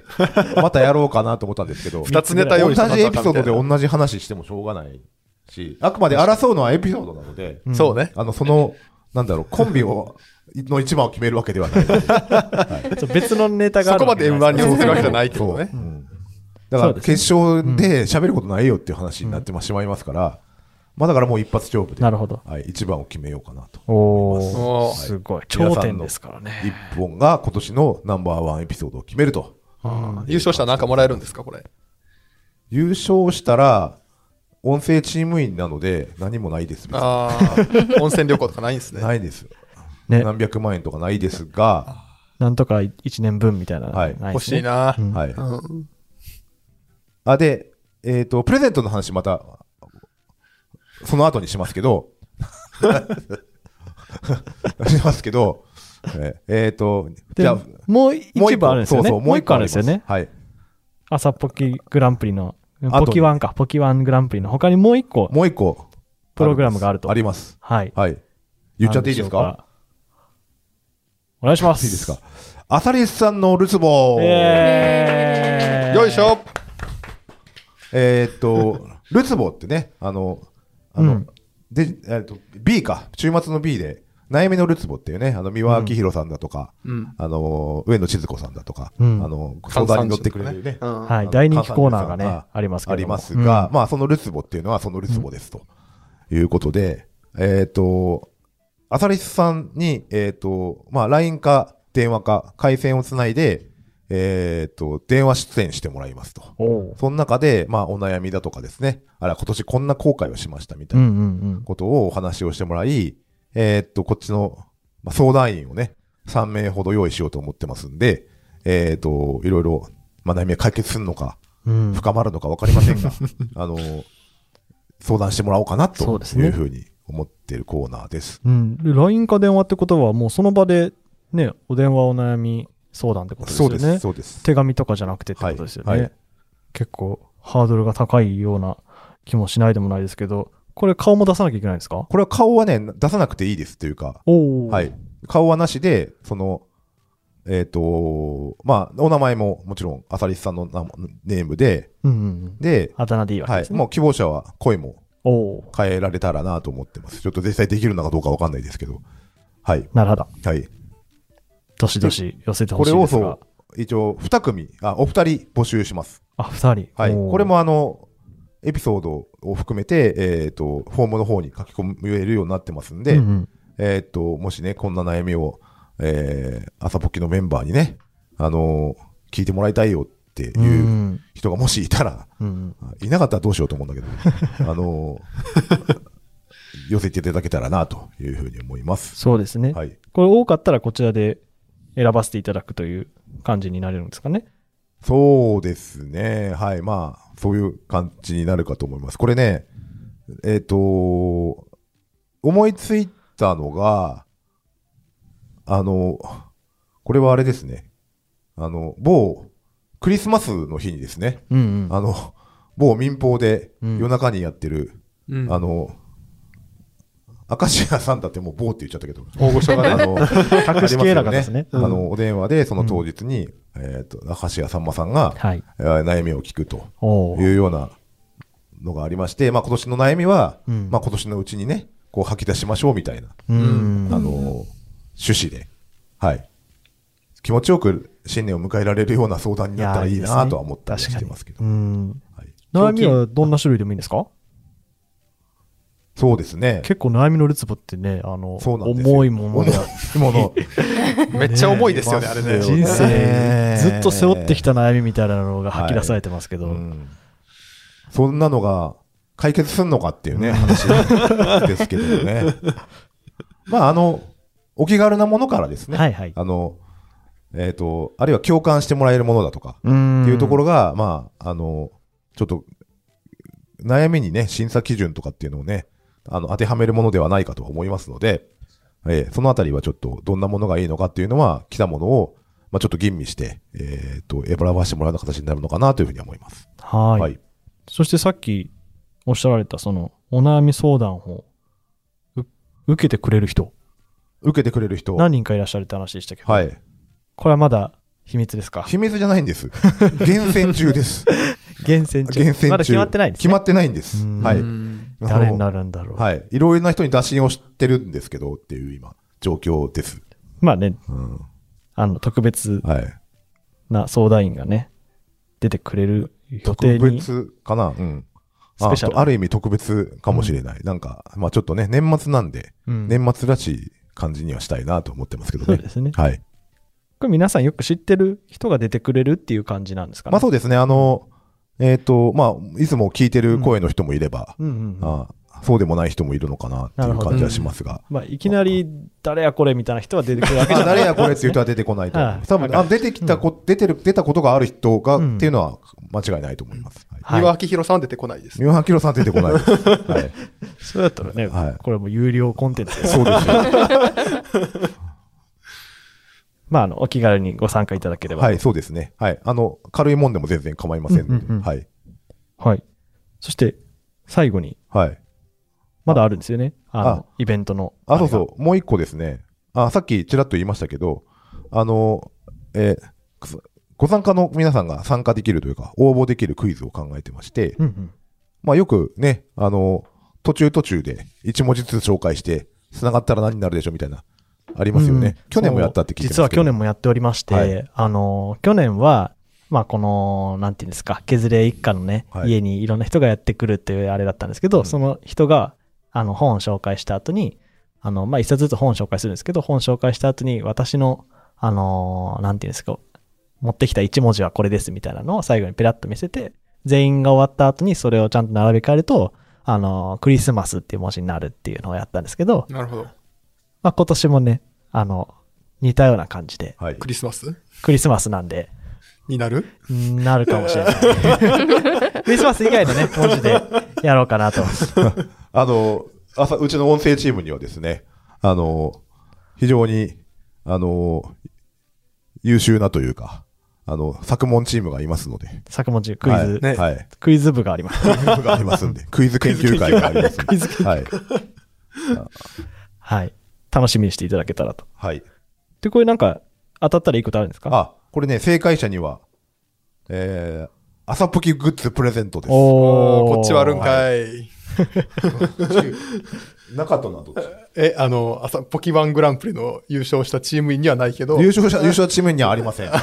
またやろうかなと思ったんですけど、
2つネタ用意した
同じエピソードで同じ話してもしょうがないし、あくまで争うのはエピソードなので、
そうね。
コンビの一番を決めるわけではないので。
別のネタがある。
そこまで M1 にするわけじゃないけどね。
だから決勝で喋ることないよっていう話になってしまいますから、だからもう一発勝負で、
なるほど。
一番を決めようかなと思います。
すごい。頂点ですからね。
一本が今年のナンバーワンエピソードを決めると。
優勝したら何かもらえるんですか、これ。
優勝したら、音声チーム員なので何もないです。
温泉旅行とかないんですね。
ないです。何百万円とかないですが、
なんとか1年分みたいな。
欲しいな。
で、プレゼントの話また、その後にしますけど、
じゃあ、もう一部あるんですよね。もう一個あるんですよね。
はい。
朝ポキグランプリの、ポキワングランプリの他にもう一個、プログラムがあると。
あります。
はい。
言っちゃっていいですか？
お願いします。
いいですか？アサリスさんのルツボ。
よいしょ。
ルツボってね、B か、週末の B で、悩みのるつぼっていうね、三輪明宏さんだとか、上野千鶴子さんだとか、相談に乗ってくれるね。
はい、大人気コーナーがね、ありますけど。
ありますが、そのるつぼっていうのはそのるつぼですということで、アサリスさんに、LINE か電話か回線をつないで、電話出演してもらいますと。その中で、お悩みだとかですね、今年こんな後悔をしましたみたいなことをお話をしてもらい、こっちの、相談員をね、3名ほど用意しようと思ってますんで、いろいろ、悩みが解決するのか、深まるのか分かりませんが、相談してもらおうかなというふうに思っているコーナーです。
LINE か電話ってことは、もうその場でね、お電話お悩み相談ってことですよね。
そうです。
手紙とかじゃなくてってことですよね。結構ハードルが高いような気もしないでもないですけど、これ顔も出さなきゃいけないんですか？
これは顔はね、出さなくていいですというか、はい。顔はなしで、 まあ、お名前ももちろん、アサリスさんのネームで、で、
あだ名でいいわけですね。
もう希望者は声も
お
変えられたらなと思ってます。ちょっと実際できるのかどうかわかんないですけど。はい。
なるほど。
はい。
どしどし寄せてほしいですが。
これを一応2組、お二人募集します。
2人。
はい。これもエピソードを含めて、フォームの方に書き込めるようになってますんで、もしね、こんな悩みを、朝ポキのメンバーにね、聞いてもらいたいよっていう人がもしいたら、いなかったらどうしようと思うんだけど、寄せていただけたらなというふうに思います。
そうですね。
はい。
これ多かったらこちらで選ばせていただくという感じになれるんですかね。
そうですね。はい。まあ、そういう感じになるかと思います。これね、思いついたのが、これはあれですね。某クリスマスの日にですね、某民放で夜中にやってる、明石家さんだってもう某って言っちゃったけど、
大御所がね、
隠し系なかったですね。
お電話でその当日に、明石家さんまさんが、悩みを聞くというようなのがありまして、まあ今年の悩みは、まあ今年のうちにね、こう吐き出しましょうみたいな、趣旨で、はい。気持ちよく新年を迎えられるような相談になったらいいなとは思ったりしてますけど。
悩みはどんな種類でもいいんですか？
そうですね。
結構悩みのるつぼってね、重いもので
めっちゃ重いですよね、あれね。
人生ずっと背負ってきた悩みみたいなのが吐き出されてますけど。
そんなのが解決すんのかっていうね、話ですけどね。まあ、お気軽なものからですね。あるいは共感してもらえるものだとか、っていうところが、まあ、ちょっと、悩みにね、審査基準とかっていうのをね、当てはめるものではないかと思いますので、そのあたりはちょっとどんなものがいいのかっていうのは、来たものを、まあ、ちょっと吟味して、選ばせてもらうような形になるのかなというふうに思います。
はい。そしてさっきおっしゃられた、その、お悩み相談を受けてくれる人。
何
人かいらっしゃるって話でしたけど。
はい。
これはまだ秘密ですか？
秘密じゃないんです。厳選中です。
厳選中。まだ決まってないんですね。
決まってないんです。はい。
誰になるんだろう。
はい。いろいろな人に打診をしてるんですけどっていう今、状況です。
まあね、特別な相談員がね、出てくれる予定に。
特別かな？スペシャル。ある意味特別かもしれない。なんか、まあちょっとね、年末なんで、年末らしい感じにはしたいなと思ってますけどね。
そうですね。
はい。
これ皆さんよく知ってる人が出てくれるっていう感じなんですかね。
まあそうですね。まあ、いつも聞いてる声の人もいれば、そうでもない人もいるのかなっていう感じはしますが。
まあ、いきなり誰やこれみたいな人は出てくるわけじゃない、
誰やこれっていう人は出てこないと。多分、出たことがある人が、っていうのは間違いないと思います。
三輪明宏さんは出てこないです。
三輪明宏さん出てこないです。はい。
そうだったらね、これも有料コンテンツです。
そうですよ。
まあ、お気軽にご参加いただければ。
はい、そうですね。はい。軽いもんでも全然構いませんので。はい。
はい。そして、最後に。
はい。
まだあるんですよね。イベントの。
そうそう。もう一個ですね。さっきちらっと言いましたけど、ご参加の皆さんが参加できるというか、応募できるクイズを考えてまして、まあよくね、途中で1文字ずつ紹介して、繋がったら何になるでしょうみたいな。ありますよね。去年もやったって聞いてますけど。
実は去年もやっておりまして、去年は、まあこの、なんていうんですか、削れ一家のね、家にいろんな人がやってくるっていうあれだったんですけど、その人が、本を紹介した後に、まあ一冊ずつ本を紹介するんですけど、本を紹介した後に、私の、なんていうんですか、持ってきた1文字はこれですみたいなのを最後にペラッと見せて、全員が終わった後にそれをちゃんと並べ替えると、クリスマスっていう文字になるっていうのをやったんですけど、
なるほど。
まあ今年もね、似たような感じで。
クリスマスなんで。
になるかもしれない。クリスマス以外のね、文字でやろうかなと。
うちの音声チームにはですね、非常に、優秀なというか、作問チームがいますので。
作問チーム、クイズ、
ね。はい。
クイズ部があります。
クイズ部がありますんで。クイズ研究会がありますんで。クイズ研究会。
はい。楽しみにしていただけたらと。
はい。
で、これなんか、 当たったらいいことあるんですか？
あ、これね、正解者には、朝ポキグッズプレゼントです。
こっちはあるんかい。
なかったな、どっち。
朝ポキワングランプリの優勝したチーム員にはないけど。
優勝チーム員にはありません。はい、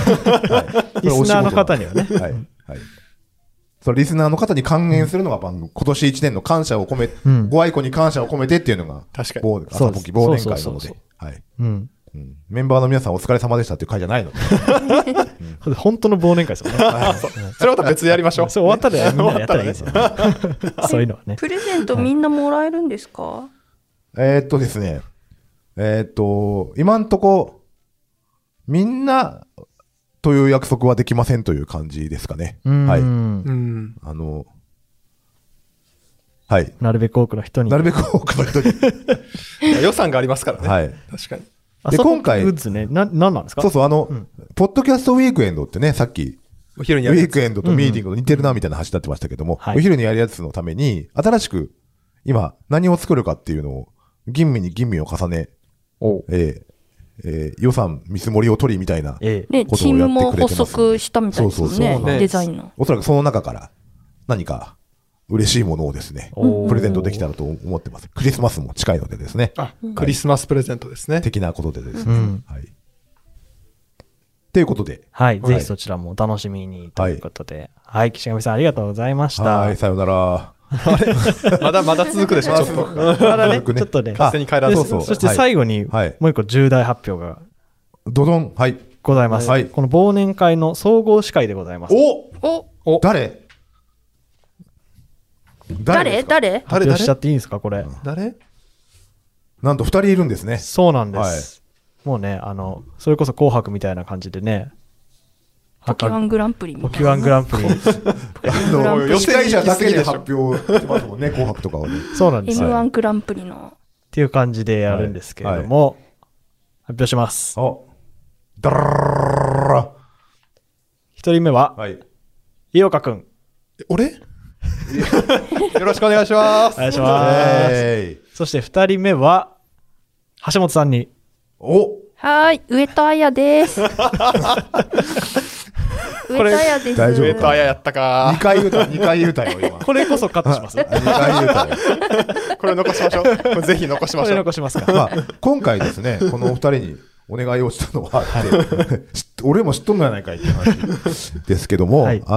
リスナーの方にはね。
はい。はい。そのリスナーの方に還元するのが番組、今年1年の感謝を込め、ご愛顧に感謝を込めてっていうのが、
確かに。
朝ポキ忘年会なので。はい。メンバーの皆さんお疲れ様でしたっていう会じゃないので。
本当の忘年会ですよね。
それはまた別でやりましょう。
そう、終わったらみんなでやったらいいですよ。そういうのはね。
プレゼントみんなもらえるんですか？
ですね。今んとこ、みんなという約束はできませんという感じですかね。はい。はい。
なるべく多くの人に。
なるべく多くの人に。
予算がありますからね。
はい。
確かに。
で、今回、
グッズね、なんなんですか？
そうそう、ポッドキャストウィークエンドってね、さっき、
お昼にやる
ウィークエンドとミーティングと似てるなみたいな話になってましたけども、お昼にやるやつのために、新しく、今、何を作るかっていうのを、吟味に吟味を重ね、予算見積もりを取りみたいなことをやってくれてます。
チームも発足したみたいですもんね、デザインの。
おそらくその中から何か嬉しいものをですね、プレゼントできたらと思ってます。クリスマスも近いのでですね。
クリスマスプレゼントですね。
的なことでですね。はい。ということで。
はい。ぜひそちらもお楽しみにということで。はい。岸上さんありがとうございました。
はい。さようなら。
まだ続くでしょ、ちょっと。
まだね、ちょっとね。
勝手に帰らせて。
そして最後に、もう一個重大発表が。
どどん。はい。
ございます。はい。この忘年会の総合司会でございます。
お誰
発表しちゃっていいんですか、これ。
誰
なんと2人いるんですね。
そうなんです。もうね、それこそ紅白みたいな感じでね。
ポキワングランプリみたいな。
ポキワングランプリ。
司会者だけで発表してますもんね、紅白とかはね。
そうなんです。
M1 グランプリの。
っていう感じでやるんですけれども、発表します。
ダラ
1人目は、井岡くん。
俺よろしくお願いします。
お願いします。そして2人目は、橋本さんに。
はい、上戸彩です。上戸彩です。
大丈夫。
上戸彩やったか。
2回言うたよ、今。
これこそカットします。
2回言うたよ。
これ残しましょう。これぜひ残しましょう。
これ残しますか。
今回ですね、このお二人にお願いをしたのは、俺も知っとんのやないかいって話ですけども、大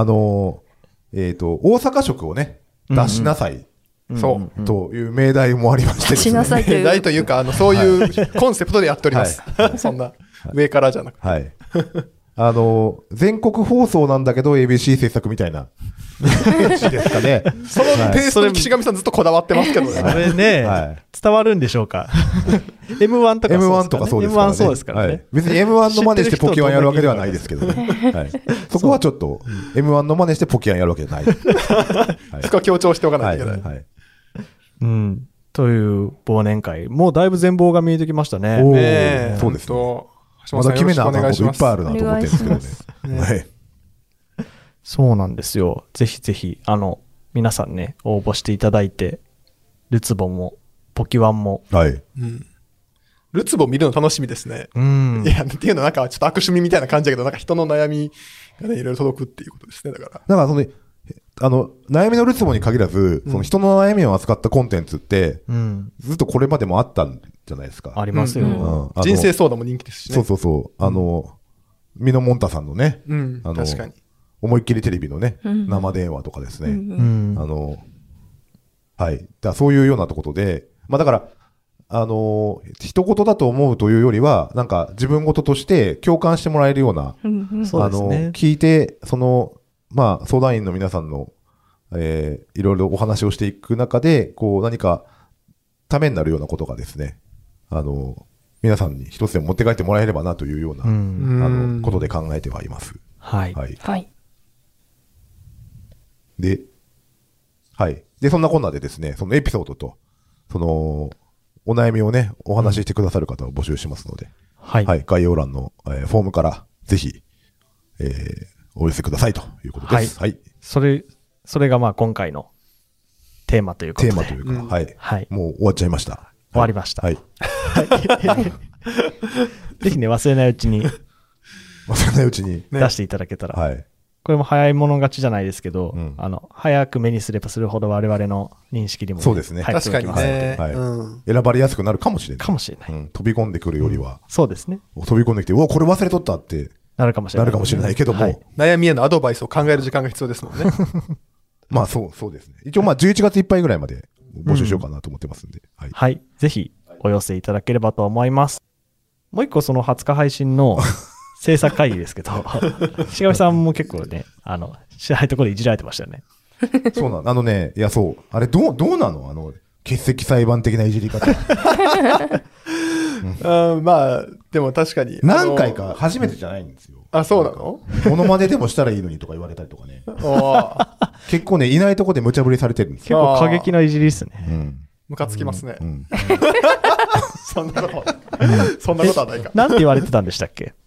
阪色をね、出しなさい。そうという命題もありましてですね。
命題というか、そういうコンセプトでやっております。そんな、上からじゃなくて。
はい。全国放送なんだけど ABC 制作みたいなですかね。
そのテイストに岸上さんずっとこだわってますけどね。
それね、伝わるんでしょうか。M1 とか
そうですからね。
M1 そうですからね。
別に M1 の真似してポキワンやるわけではないですけどね。そこはちょっと M1 の真似してポキワンやるわけじゃない。そ
こは強調しておかないといけない。
という忘年会。もうだいぶ全貌が見えてきましたね。
そうですね。まだ決めなあかんこといっぱいあるなと思ってるんですけどね。はい。
そうなんですよ。ぜひぜひ、皆さんね、応募していただいて、ルツボも、ポキワンも。
はい。
ルツボ見るの楽しみですね。いや、っていうのはなんかちょっと悪趣味みたいな感じだけど、なんか人の悩みがね、いろいろ届くっていうことですね、だから。
だから悩みのルツボに限らず、その人の悩みを扱ったコンテンツって、ずっとこれまでもあったんじゃないですか。
ありますよ。
人生相談も人気ですしね。
そう。ミノモンタさんのね、
確かに。
思いっきりテレビのね、生電話とかですね。はい。そういうようなところで、だから、一言だと思うというよりは、なんか自分事として共感してもらえるような、聞いて、相談員の皆さんの、いろいろお話をしていく中で、何かためになるようなことがですね、皆さんに一つでも持って帰ってもらえればなというような、ことで考えてはいます。
はい。
で、そんなこんなでですね、そのエピソードと、お悩みをね、お話ししてくださる方を募集しますので、概要欄の、フォームからぜひ、お寄せくださいということです。
はい。それが今回のテーマということで。
テーマというか、はい。もう終わっちゃいました。
終わりました。
はい。
ぜひね、忘れないうちに
忘れないうちに。
出していただけたら。
はい。
これも早い者勝ちじゃないですけど、
うん、
早く目にすればするほど我々の認識にも、ね、
そうですね。
確かにね、
はいうん。選ばれやすくなるかもしれない。
かもしれない。
うん、飛び込んでくるよりは。
そうですね。
飛び込んできて、うわ、これ忘れとったって。
なるかもしれ
ないけども、はい、
悩みへのアドバイスを考える時間が必要ですもんね。
まあそうですね。一応11月いっぱいぐらいまで募集しようかなと思ってますんで。
はい。はい。ぜひお寄せいただければと思います。もう一個その20日配信の制作会議ですけど、しがみさんも結構ね、知らないところでいじられてましたよね。
そうなの。いやそう。あれどうなの欠席裁判的ないじり方。
まあ、でも確かに。
何回か初めてじゃないんですよ。
あ、そうなの？
モノマネでもしたらいいのにとか言われたりとかね。結構ね、いないとこで無茶ぶりされてるんです
よ。結構過激ないじりですね。
ムカつきますね。そんなことはないか。
なんて言われてたんでしたっけ？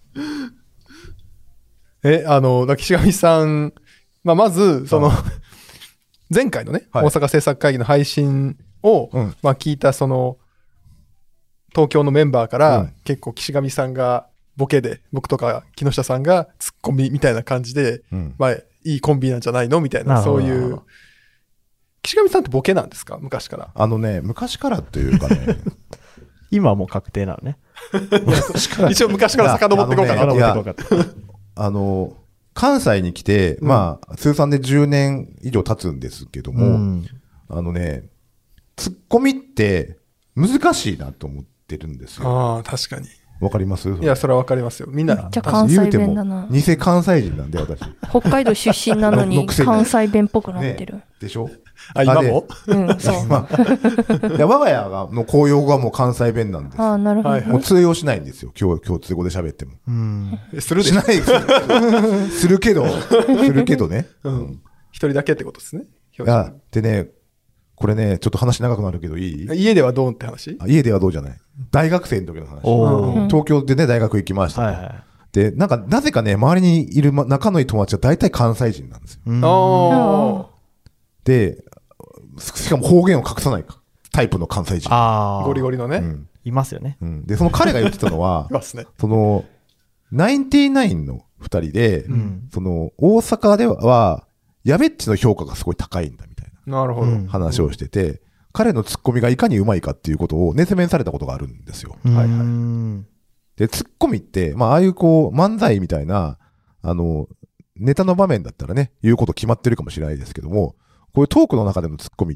岸上さん、まず、前回のね、大阪制作会議の配信を、聞いた東京のメンバーから、結構岸上さんがボケで、僕とか木下さんがツッコミみたいな感じで、いいコンビなんじゃないのみたいな、そういう。岸上さんってボケなんですか？昔から。
昔からというかね。
今はもう確定なのね。
一応昔から遡っていこうか
な。関西に来て、通算で10年以上経つんですけども、ツッコミって難しいなと思ってるんですよ。
ああ、確かに。
わかります？
いや、それはわかりますよ。みんな。
じゃあ関西弁だな。
偽関西人なんで、私。
北海道出身なのに関西弁っぽくなってる。
でしょ？
今も？
うん、そう。
我が家の公用語はもう関西弁なんです。
ああ、なるほど。
もう通用しないんですよ。共通語で喋っても。
する
しないですよ。するけどね。
一人だけってことですね。
でね、これね、ちょっと話長くなるけどいい？
家ではどうって話？
家ではどうじゃない。大学生の時の話。東京でね、大学行きました。で、なぜかね、周りにいる仲のいい友達は大体関西人なんですよ。で、しかも方言を隠さないタイプの関西人。
ゴリゴリのね。
いますよね。
で、その彼が言ってたのは、ナインティナインの二人で、大阪では、やべっちの評価がすごい高いんだみたいな話をしてて、彼のツッコミがいかにうまいかっていうことを熱弁されたことがあるんですよ。で、ツッコミって、ああいう漫才みたいな、ネタの場面だったらね、言うこと決まってるかもしれないですけども、こういうトークの中でのツッコミって、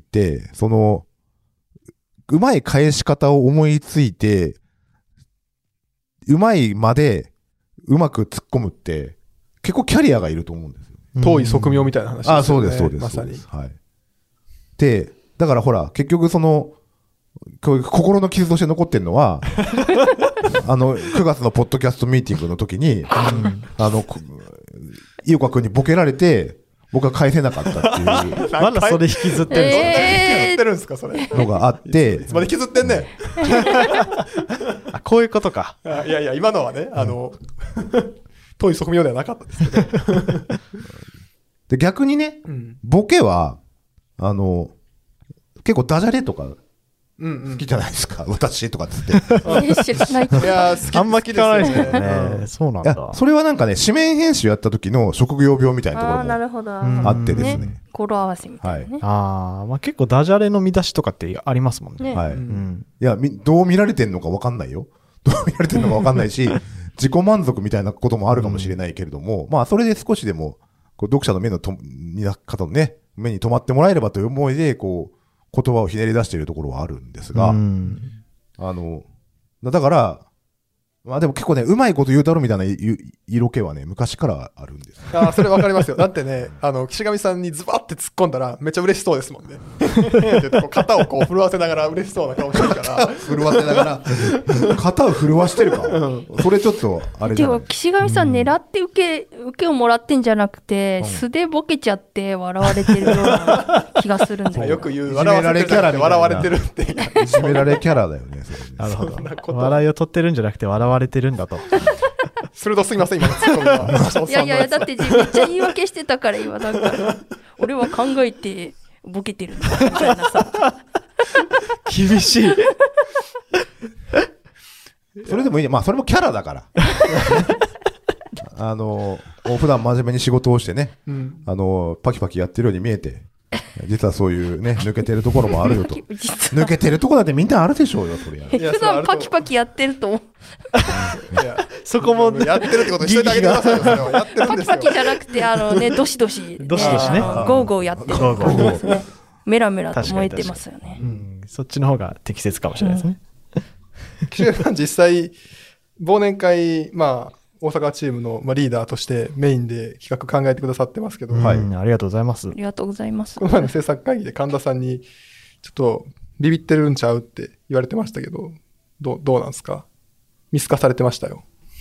うまい返し方を思いついて、うまいまでうまく突っ込むって、結構キャリアがいると思うんですよ。
遠い側面みたいな話ですよね。
そうです、そうです。
まさに。
はい。で、だからほら、結局こういう心の傷として残ってるのは、9月のポッドキャストミーティングの時に、井岡君にボケられて、僕は返せなかったっていう。
まだそれ引きずってるんですか？
引きずってるんですか、それ。
のがあって。
いつまで引きずってんねん。
こういうことか。
いや、今のはね、遠い側面ではなかったですけど。
で、逆にね、ボケは、結構ダジャレとか、好きじゃないですか、私とかっつって。
知らない。
いや、
あんま聞かないですけどね。そうなんだ。
それはなんかね、紙面編集やった時の職業病みたいなところもあってですね。
語呂合わせみたいな
ね。結構ダジャレの見出しとかってありますもんね。
はい。いや、どう見られてんのか分かんないよ。どう見られてんのか分かんないし、自己満足みたいなこともあるかもしれないけれども、それで少しでも、読者の方のね、目に留まってもらえればという思いで、言葉をひねり出しているところはあるんですが、だから、でも結構ね、うまいこと言うだろみたいな色気はね、昔からあるんです。
それわかりますよ。だってね、岸上さんにズバって突っ込んだら、めっちゃ嬉しそうですもんね。肩を震わせながら嬉しそうな顔してるから。
震わせながら、肩を震わしてるか。それちょっと、あれじゃない。
でも、岸上さん狙って受けをもらってんじゃなくて、素でボケちゃって笑われてるような気がするんだよ。
よく言う、笑われてるって笑われてるって。
いじめられキャラだよね。
なるほど。笑いを取ってるんじゃなくて笑われてるんだと。
鋭すぎません、今のツッコミは。
いや、だってめっちゃ言い訳してたから今、なんか、俺は考えてボケてるんだ、みたいなさ。
厳しい。
それでもいいね。それもキャラだから。 普段真面目に仕事をしてね、
うん、
パキパキやってるように見えて、実はそういうね、抜けてるところもあるよと。抜けてるところだってみんなあるでしょうよ、そりゃ。
普段パキパキやってると思う。
そこも
やってるってことにしといてあげてくださいよ、それは。やってるんですよ。
パキパキじゃなくて、どしどし。
どしどしね。
ゴーゴーやってる感じですね。メラメラと燃えてますよね。
そっちの方が適切かもしれないですね。
岸上さん実際、忘年会、まあ、大阪チームのリーダーとしてメインで企画考えてくださってますけど、
はい、ありがとうございます。
ありがとうございます。
この前の制作会議で神田さんに、ちょっとビビってるんちゃうって言われてましたけど、どうなんですか？見透かされてましたよ。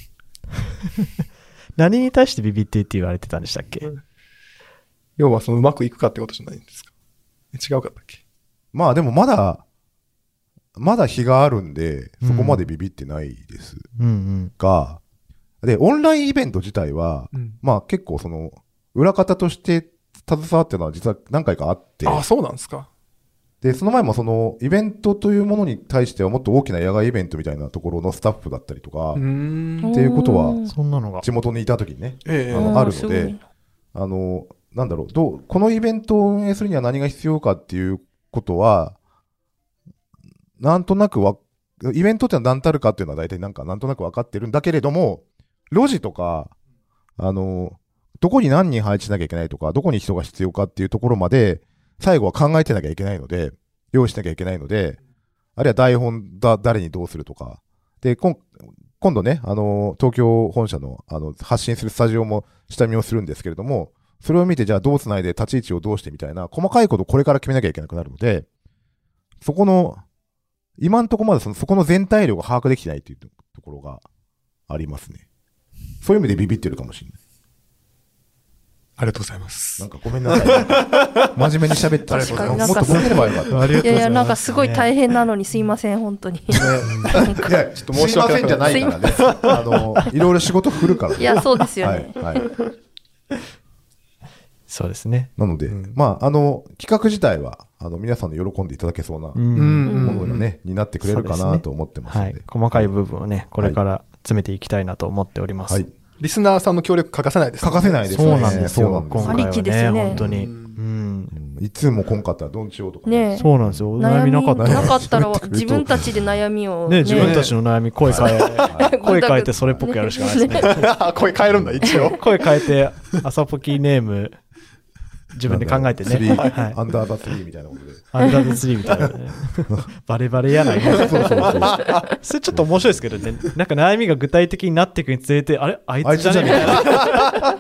何に対してビビってって言われてたんでしたっけ？
要はうまくいくかってことじゃないんですか？違うかったっけ？
まあでもまだ日があるんで、そこまでビビってないですが、で、オンラインイベント自体は、まあ結構裏方として携わってるのは実は何回かあって。
あ、そうなんですか。
で、その前もイベントというものに対してはもっと大きな野外イベントみたいなところのスタッフだったりとか、っていうことは、地元にいた時にね、あるので、なんだろう、このイベントを運営するには何が必要かっていうことは、なんとなくイベントってのは何たるかっていうのは大体なんとなく分かってるんだけれども、路地とか、どこに何人配置しなきゃいけないとか、どこに人が必要かっていうところまで、最後は考えてなきゃいけないので、用意しなきゃいけないので、あるいは台本誰にどうするとか。で、今度ね、東京本社の、発信するスタジオも下見をするんですけれども、それを見て、じゃあどうつないで立ち位置をどうしてみたいな、細かいことをこれから決めなきゃいけなくなるので、今んとこまでそこの全体量が把握できてないというところがありますね。そういう意味でビビってるかもしれない。
ありがとうございます。
なんかごめんなさい。真面目に喋ってた。もっとボケればよかった。
いや、なんかすごい大変なのにすいません、本当に。いや、
ちょっと申し訳ない。すいませんじゃないからね。いろいろ仕事振るから。
いや、そうですよね。
はい。
そうですね。
なので、まあ、企画自体は、皆さんの喜んでいただけそうなものがね、になってくれるかなと思ってますので。
細かい部分をね、これから詰めていきたいなと思っております。
リスナーさんの協力欠かせないですね。
欠かせないですね。
そうなんですよ。
今回はね、
本当に。
いつも来んかったらどんちようとか
ね。
そうなんですよ。悩みなか
ったら自分たちで悩みを
ね、自分たちの悩み声変えてそれっぽくやるしかないですね。
声変えるんだ一応。
声変えて朝ポキネーム自分で考えてね。
アンダーザツリーみたいなことで。
アンダーザツリーみたいなね。バレバレやないか。それちょっと面白いですけどね。なんか悩みが具体的になっていくにつれて、あいつじゃねみたいな。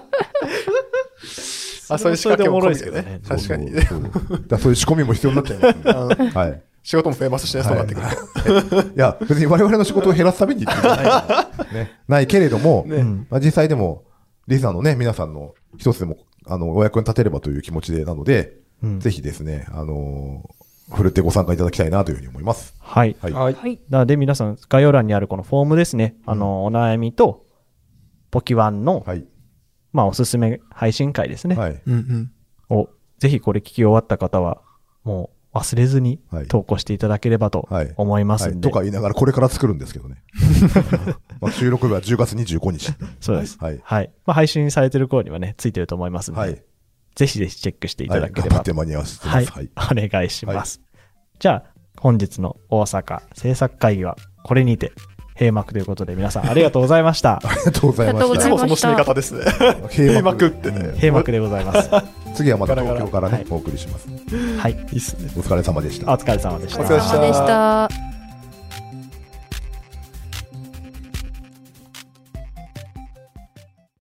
そういう仕掛けもおもろいですけど
ね。確かに。そういう仕込みも必要になっちゃいますね。はい。
仕事も増えますしね、そうなってくる
と。いや、別に我々の仕事を減らすためにってないけれども、実際でも、リスナーのね、皆さんの一つでも、お役に立てればという気持ちでなので、ぜひですね、ふるってご参加いただきたいなというふうに思います。
はい。なので皆さん、概要欄にあるこのフォームですね、お悩みと、ポキワンの、まあ、おすすめ配信会ですね。を、ぜひこれ聞き終わった方は、もう忘れずに投稿していただければと思いますんで。
とか言いながらこれから作るんですけどね。収録日は10月25日。
そうです。はい。まあ、配信されてる頃にはね、ついてると思いますので、ぜひぜひチェックしていただければ。
頑張って間に合わせてます。
はい。お願いします。じゃあ、本日の大阪制作会議はこれにて閉幕ということで、皆さんありがとうございました。
ありがとうございました。
いつもその締め方ですね。閉幕ってね。
閉幕でございます。
次はまた東京からね、お送りします。
はい。いいっすね。
お疲れ様でした。
お疲れ様でした。
お疲れ様でした。